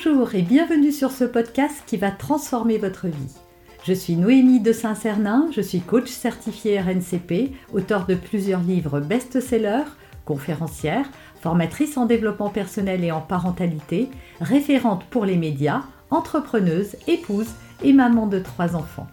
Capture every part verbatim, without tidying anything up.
Bonjour et bienvenue sur ce podcast qui va transformer votre vie. Je suis Noémie de Saint-Cernin, je suis coach certifiée R N C P, auteure de plusieurs livres best-sellers, conférencière, formatrice en développement personnel et en parentalité, référente pour les médias, entrepreneuse, épouse et maman de trois enfants.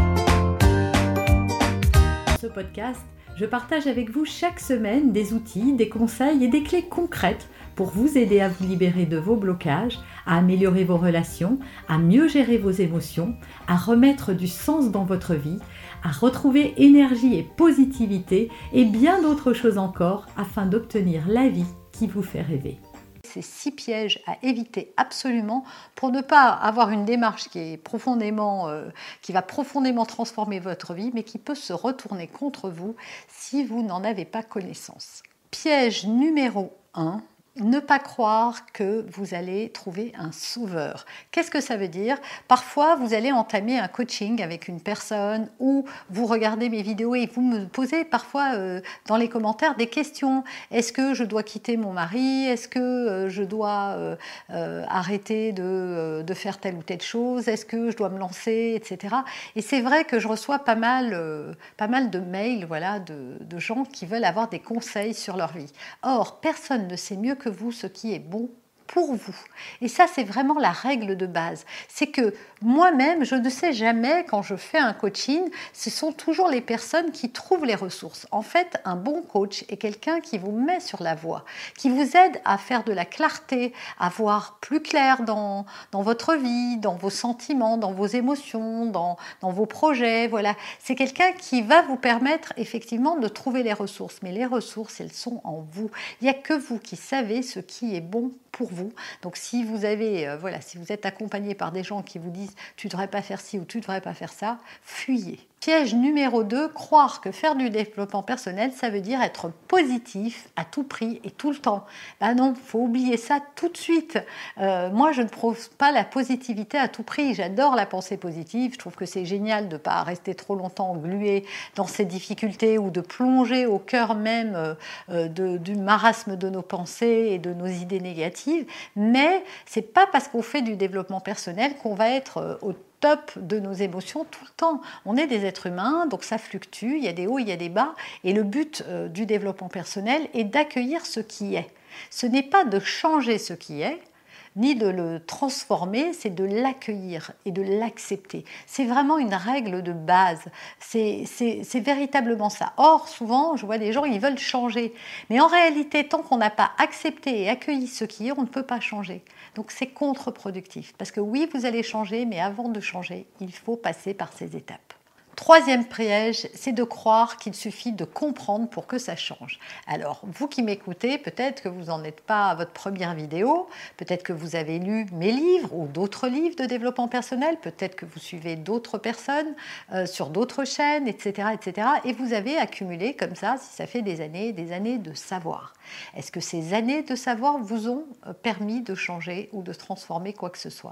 Dans ce podcast, je partage avec vous chaque semaine des outils, des conseils et des clés concrètes pour vous aider à vous libérer de vos blocages, à améliorer vos relations, à mieux gérer vos émotions, à remettre du sens dans votre vie, à retrouver énergie et positivité et bien d'autres choses encore afin d'obtenir la vie qui vous fait rêver. Ces six pièges à éviter absolument pour ne pas avoir une démarche qui est profondément, euh, qui va profondément transformer votre vie, mais qui peut se retourner contre vous si vous n'en avez pas connaissance. Piège numéro un. Ne pas croire que vous allez trouver un sauveur. Qu'est-ce que ça veut dire? Parfois, vous allez entamer un coaching avec une personne ou vous regardez mes vidéos et vous me posez parfois euh, dans les commentaires des questions. Est-ce que je dois quitter mon mari? Est-ce que euh, je dois euh, euh, arrêter de, euh, de faire telle ou telle chose? Est-ce que je dois me lancer, et cetera. Et c'est vrai que je reçois pas mal, euh, pas mal de mails voilà, de, de gens qui veulent avoir des conseils sur leur vie. Or, personne ne sait mieux que vous ce qui est bon pour vous. Et ça, c'est vraiment la règle de base. C'est que moi-même, je ne sais jamais, quand je fais un coaching, ce sont toujours les personnes qui trouvent les ressources. En fait, un bon coach est quelqu'un qui vous met sur la voie, qui vous aide à faire de la clarté, à voir plus clair dans, dans votre vie, dans vos sentiments, dans vos émotions, dans, dans vos projets. Voilà. C'est quelqu'un qui va vous permettre effectivement de trouver les ressources. Mais les ressources, elles sont en vous. Il n'y a que vous qui savez ce qui est bon pour vous. Donc si vous avez, euh, voilà, si vous êtes accompagné par des gens qui vous disent tu ne devrais pas faire ci ou tu ne devrais pas faire ça, fuyez. Piège numéro deux, croire que faire du développement personnel, ça veut dire être positif à tout prix et tout le temps. Ben non, il faut oublier ça tout de suite. Euh, moi, je ne prône pas la positivité à tout prix. J'adore la pensée positive. Je trouve que c'est génial de ne pas rester trop longtemps englué dans ces difficultés ou de plonger au cœur même euh, de, du marasme de nos pensées et de nos idées négatives. Mais ce n'est pas parce qu'on fait du développement personnel qu'on va être euh, au top de nos émotions tout le temps. On est des êtres humains, donc ça fluctue, il y a des hauts, il y a des bas, et le but euh, du développement personnel est d'accueillir ce qui est. Ce n'est pas de changer ce qui est, ni de le transformer, c'est de l'accueillir et de l'accepter. C'est vraiment une règle de base, c'est, c'est, c'est véritablement ça. Or, souvent, je vois des gens, ils veulent changer, mais en réalité, tant qu'on n'a pas accepté et accueilli ce qui est, on ne peut pas changer. Donc c'est contre-productif, parce que oui, vous allez changer, mais avant de changer, il faut passer par ces étapes. Troisième piège, c'est de croire qu'il suffit de comprendre pour que ça change. Alors, vous qui m'écoutez, peut-être que vous n'en êtes pas à votre première vidéo, peut-être que vous avez lu mes livres ou d'autres livres de développement personnel, peut-être que vous suivez d'autres personnes euh, sur d'autres chaînes, et cetera, et cetera. Et vous avez accumulé comme ça, si ça fait des années, des années de savoir. Est-ce que ces années de savoir vous ont permis de changer ou de transformer quoi que ce soit?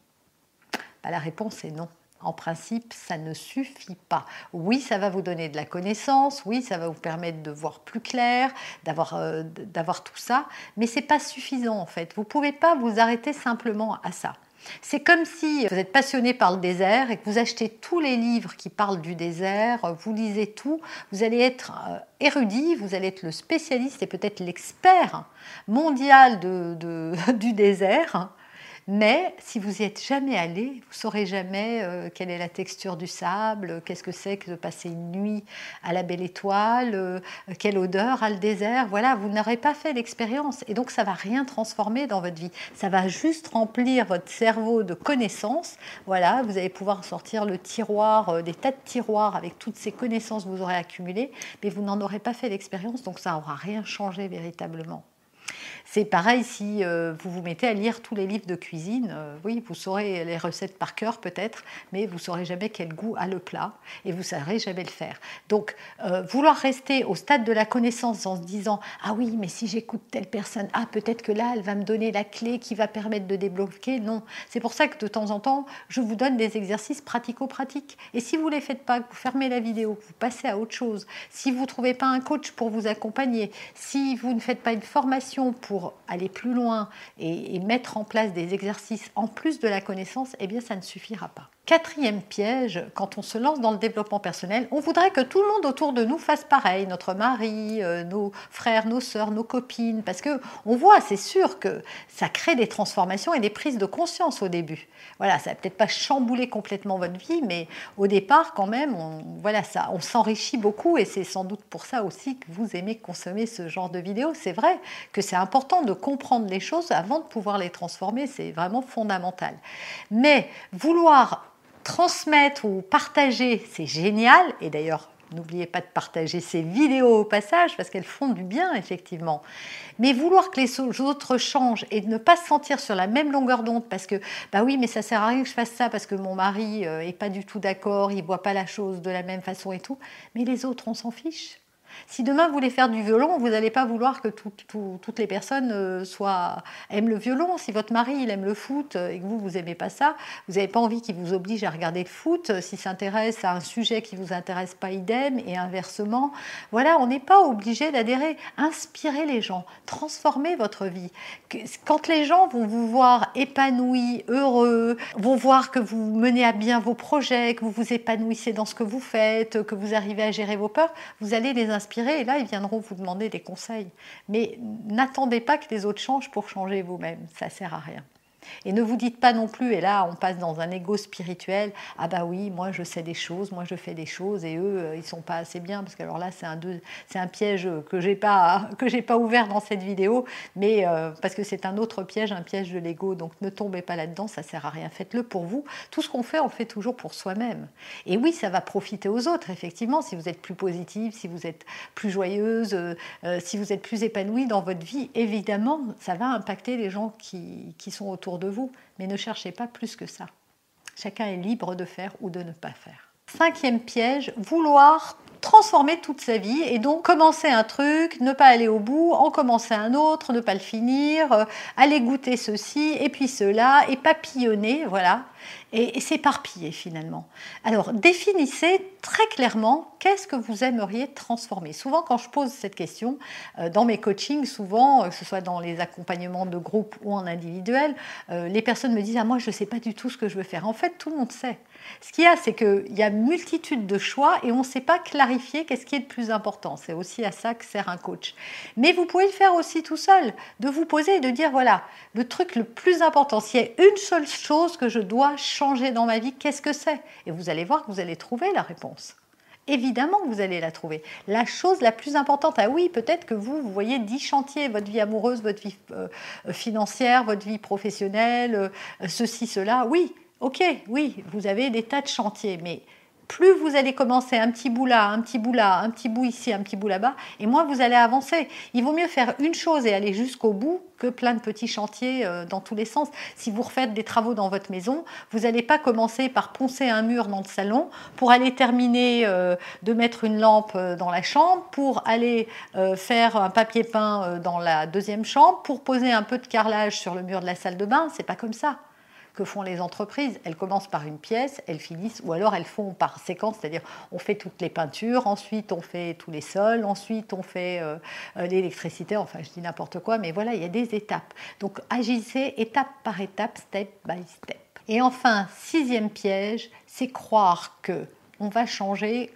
Ben, la réponse est non. En principe, ça ne suffit pas. Oui, ça va vous donner de la connaissance, oui, ça va vous permettre de voir plus clair, d'avoir, euh, d'avoir tout ça, mais ce n'est pas suffisant en fait. Vous ne pouvez pas vous arrêter simplement à ça. C'est comme si vous êtes passionné par le désert et que vous achetez tous les livres qui parlent du désert, vous lisez tout, vous allez être érudit, vous allez être le spécialiste et peut-être l'expert mondial de, de, du désert. Mais si vous n'y êtes jamais allé, vous ne saurez jamais euh, quelle est la texture du sable, qu'est-ce que c'est que de passer une nuit à la belle étoile, euh, quelle odeur a le désert. Voilà, vous n'aurez pas fait l'expérience et donc ça ne va rien transformer dans votre vie. Ça va juste remplir votre cerveau de connaissances. Voilà, vous allez pouvoir sortir le tiroir, euh, des tas de tiroirs avec toutes ces connaissances que vous aurez accumulées, mais vous n'en aurez pas fait l'expérience, donc ça n'aura rien changé véritablement. C'est pareil si euh, vous vous mettez à lire tous les livres de cuisine. Euh, oui, vous saurez les recettes par cœur peut-être, mais vous ne saurez jamais quel goût a le plat et vous ne saurez jamais le faire. Donc, euh, vouloir rester au stade de la connaissance en se disant « Ah oui, mais si j'écoute telle personne, ah peut-être que là, elle va me donner la clé qui va permettre de débloquer. » Non, c'est pour ça que de temps en temps, je vous donne des exercices pratico-pratiques. Et si vous ne les faites pas, que vous fermez la vidéo, que vous passez à autre chose, si vous ne trouvez pas un coach pour vous accompagner, si vous ne faites pas une formation pour pour aller plus loin et, et mettre en place des exercices en plus de la connaissance, eh bien ça ne suffira pas. Quatrième piège, quand on se lance dans le développement personnel, on voudrait que tout le monde autour de nous fasse pareil, notre mari, euh, nos frères, nos sœurs, nos copines, parce qu'on voit, c'est sûr que ça crée des transformations et des prises de conscience au début. Voilà, ça va peut-être pas chambouler complètement votre vie, mais au départ quand même, on, voilà, ça, on s'enrichit beaucoup et c'est sans doute pour ça aussi que vous aimez consommer ce genre de vidéos. C'est vrai que c'est important de comprendre les choses avant de pouvoir les transformer, c'est vraiment fondamental. Mais vouloir transmettre ou partager, c'est génial. Et d'ailleurs, n'oubliez pas de partager ces vidéos au passage parce qu'elles font du bien, effectivement. Mais vouloir que les autres changent et de ne pas se sentir sur la même longueur d'onde parce que, bah oui, mais ça sert à rien que je fasse ça parce que mon mari n'est pas du tout d'accord, il ne voit pas la chose de la même façon et tout. Mais les autres, on s'en fiche. Si demain vous voulez faire du violon, vous n'allez pas vouloir que tout, tout, toutes les personnes euh, soient, aiment le violon. Si votre mari il aime le foot et que vous, vous n'aimez pas ça, vous n'avez pas envie qu'il vous oblige à regarder le foot. S'il s'intéresse à un sujet qui ne vous intéresse pas, idem, et inversement. Voilà, on n'est pas obligé d'adhérer. Inspirez les gens, transformez votre vie. Quand les gens vont vous voir épanoui, heureux, vont voir que vous menez à bien vos projets, que vous vous épanouissez dans ce que vous faites, que vous arrivez à gérer vos peurs, vous allez les inspirer. Et là, ils viendront vous demander des conseils. Mais n'attendez pas que les autres changent pour changer vous-même. Ça ne sert à rien. Et ne vous dites pas non plus, et là on passe dans un ego spirituel, ah bah oui, moi je sais des choses, moi je fais des choses et eux ils sont pas assez bien, parce que alors là c'est un, deux, c'est un piège que j'ai pas, que j'ai pas ouvert dans cette vidéo, mais euh, parce que c'est un autre piège, un piège de l'ego, donc ne tombez pas là-dedans, ça sert à rien, faites-le pour vous. Tout ce qu'on fait, on le fait toujours pour soi-même. Et oui, ça va profiter aux autres, effectivement, si vous êtes plus positive, si vous êtes plus joyeuse, euh, euh, si vous êtes plus épanouie dans votre vie, évidemment, ça va impacter les gens qui, qui sont autour de vous, mais ne cherchez pas plus que ça. Chacun est libre de faire ou de ne pas faire. Cinquième piège, vouloir transformer toute sa vie et donc commencer un truc, ne pas aller au bout, en commencer un autre, ne pas le finir, euh, aller goûter ceci et puis cela et papillonner, voilà, et, et s'éparpiller finalement. Alors définissez très clairement qu'est-ce que vous aimeriez transformer. Souvent quand je pose cette question, euh, dans mes coachings, souvent, que ce soit dans les accompagnements de groupe ou en individuel, euh, les personnes me disent « Ah moi je ne sais pas du tout ce que je veux faire ». En fait tout le monde sait. Ce qu'il y a, c'est qu'il y a multitude de choix et on ne sait pas clarifier qu'est-ce qui est le plus important. C'est aussi à ça que sert un coach. Mais vous pouvez le faire aussi tout seul, de vous poser et de dire, voilà, le truc le plus important, s'il y a une seule chose que je dois changer dans ma vie, qu'est-ce que c'est? Et vous allez voir que vous allez trouver la réponse. Évidemment que vous allez la trouver. La chose la plus importante, ah oui, peut-être que vous, vous voyez dix chantiers, votre vie amoureuse, votre vie euh, financière, votre vie professionnelle, euh, ceci, cela, oui. Ok, oui, vous avez des tas de chantiers, mais plus vous allez commencer un petit bout là, un petit bout là, un petit bout ici, un petit bout là-bas, et moins vous allez avancer. Il vaut mieux faire une chose et aller jusqu'au bout que plein de petits chantiers euh, dans tous les sens. Si vous refaites des travaux dans votre maison, vous n'allez pas commencer par poncer un mur dans le salon pour aller terminer euh, de mettre une lampe dans la chambre, pour aller euh, faire un papier peint euh, dans la deuxième chambre, pour poser un peu de carrelage sur le mur de la salle de bain. C'est pas comme ça que font les entreprises. Elles commencent par une pièce, elles finissent, ou alors elles font par séquence, c'est-à-dire on fait toutes les peintures, ensuite on fait tous les sols, ensuite on fait euh, l'électricité, enfin je dis n'importe quoi, mais voilà, il y a des étapes. Donc agissez étape par étape, step by step. Et enfin, sixième piège, c'est croire que on va changer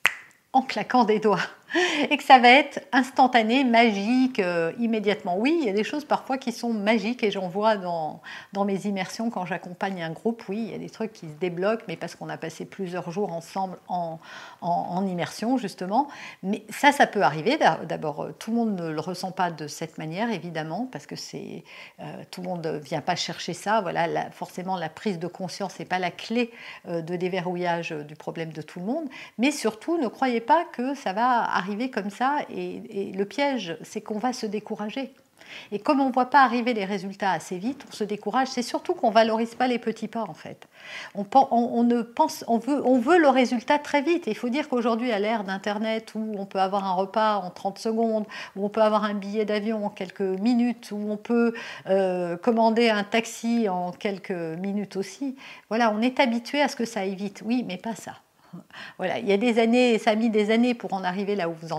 en claquant des doigts et que ça va être instantané, magique, euh, immédiatement. Oui, il y a des choses parfois qui sont magiques et j'en vois dans, dans mes immersions quand j'accompagne un groupe. Oui, il y a des trucs qui se débloquent, mais parce qu'on a passé plusieurs jours ensemble en, en, en immersion, justement. Mais ça, ça peut arriver. D'abord, tout le monde ne le ressent pas de cette manière, évidemment, parce que c'est, euh, tout le monde ne vient pas chercher ça. Voilà, la, forcément, la prise de conscience n'est pas la clé euh, de déverrouillage du problème de tout le monde. Mais surtout, ne croyez pas que ça va arriver comme ça et, et le piège, c'est qu'on va se décourager. Et comme on ne voit pas arriver les résultats assez vite, on se décourage. C'est surtout qu'on ne valorise pas les petits pas, en fait. On, on, on, ne pense, on, veut, on veut le résultat très vite. Et il faut dire qu'aujourd'hui, à l'ère d'Internet, où on peut avoir un repas en trente secondes, où on peut avoir un billet d'avion en quelques minutes, où on peut euh, commander un taxi en quelques minutes aussi, voilà, on est habitué à ce que ça aille vite. Oui, mais pas ça. Voilà, il y a des années, ça a mis des années pour en arriver là où vous en êtes.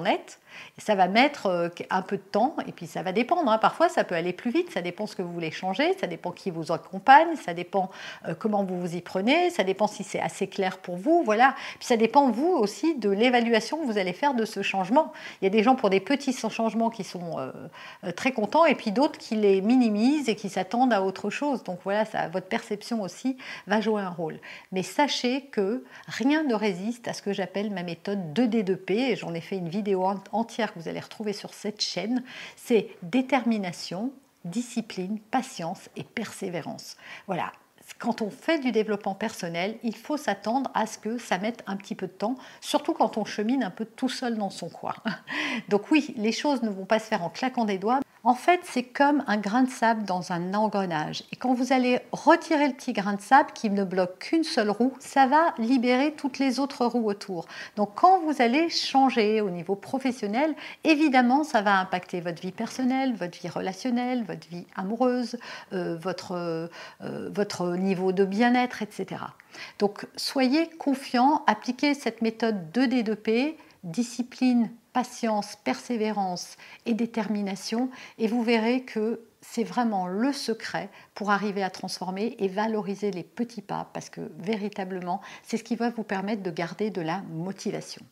Et ça va mettre euh, un peu de temps, et puis ça va dépendre. Hein. Parfois, ça peut aller plus vite, ça dépend ce que vous voulez changer, ça dépend qui vous accompagne, ça dépend euh, comment vous vous y prenez, ça dépend si c'est assez clair pour vous, voilà. Puis ça dépend, vous aussi, de l'évaluation que vous allez faire de ce changement. Il y a des gens pour des petits changements qui sont euh, très contents, et puis d'autres qui les minimisent et qui s'attendent à autre chose. Donc voilà, ça, votre perception aussi va jouer un rôle. Mais sachez que rien ne résiste à ce que j'appelle ma méthode deux D deux P, et j'en ai fait une vidéo entière que vous allez retrouver sur cette chaîne. C'est détermination, discipline, patience et persévérance. Voilà. Quand on fait du développement personnel, il faut s'attendre à ce que ça mette un petit peu de temps, surtout quand on chemine un peu tout seul dans son coin. Donc oui, les choses ne vont pas se faire en claquant des doigts. En fait, c'est comme un grain de sable dans un engrenage. Et quand vous allez retirer le petit grain de sable qui ne bloque qu'une seule roue, ça va libérer toutes les autres roues autour. Donc quand vous allez changer au niveau professionnel, évidemment, ça va impacter votre vie personnelle, votre vie relationnelle, votre vie amoureuse, euh, votre, euh, votre niveau de bien-être, et cetera. Donc soyez confiants, appliquez cette méthode deux D deux P, discipline, patience, persévérance et détermination, et vous verrez que c'est vraiment le secret pour arriver à transformer et valoriser les petits pas, parce que véritablement, c'est ce qui va vous permettre de garder de la motivation.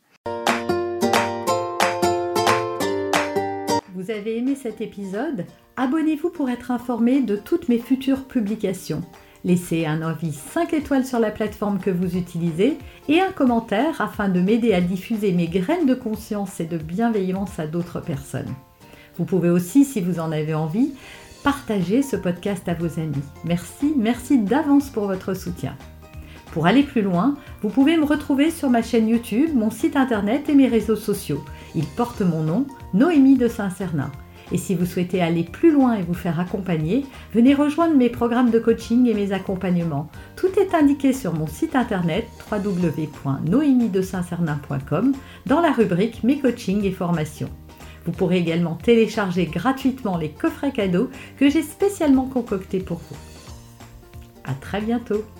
Vous avez aimé cet épisode? Abonnez-vous pour être informé de toutes mes futures publications. Laissez un avis cinq étoiles sur la plateforme que vous utilisez et un commentaire afin de m'aider à diffuser mes graines de conscience et de bienveillance à d'autres personnes. Vous pouvez aussi, si vous en avez envie, partager ce podcast à vos amis. Merci, merci d'avance pour votre soutien. Pour aller plus loin, vous pouvez me retrouver sur ma chaîne YouTube, mon site internet et mes réseaux sociaux. Ils portent mon nom, Noémie de Saint-Cernin. Et si vous souhaitez aller plus loin et vous faire accompagner, venez rejoindre mes programmes de coaching et mes accompagnements. Tout est indiqué sur mon site internet w w w point noémie de saint cernin point com dans la rubrique Mes coachings et formations. Vous pourrez également télécharger gratuitement les coffrets cadeaux que j'ai spécialement concoctés pour vous. À très bientôt!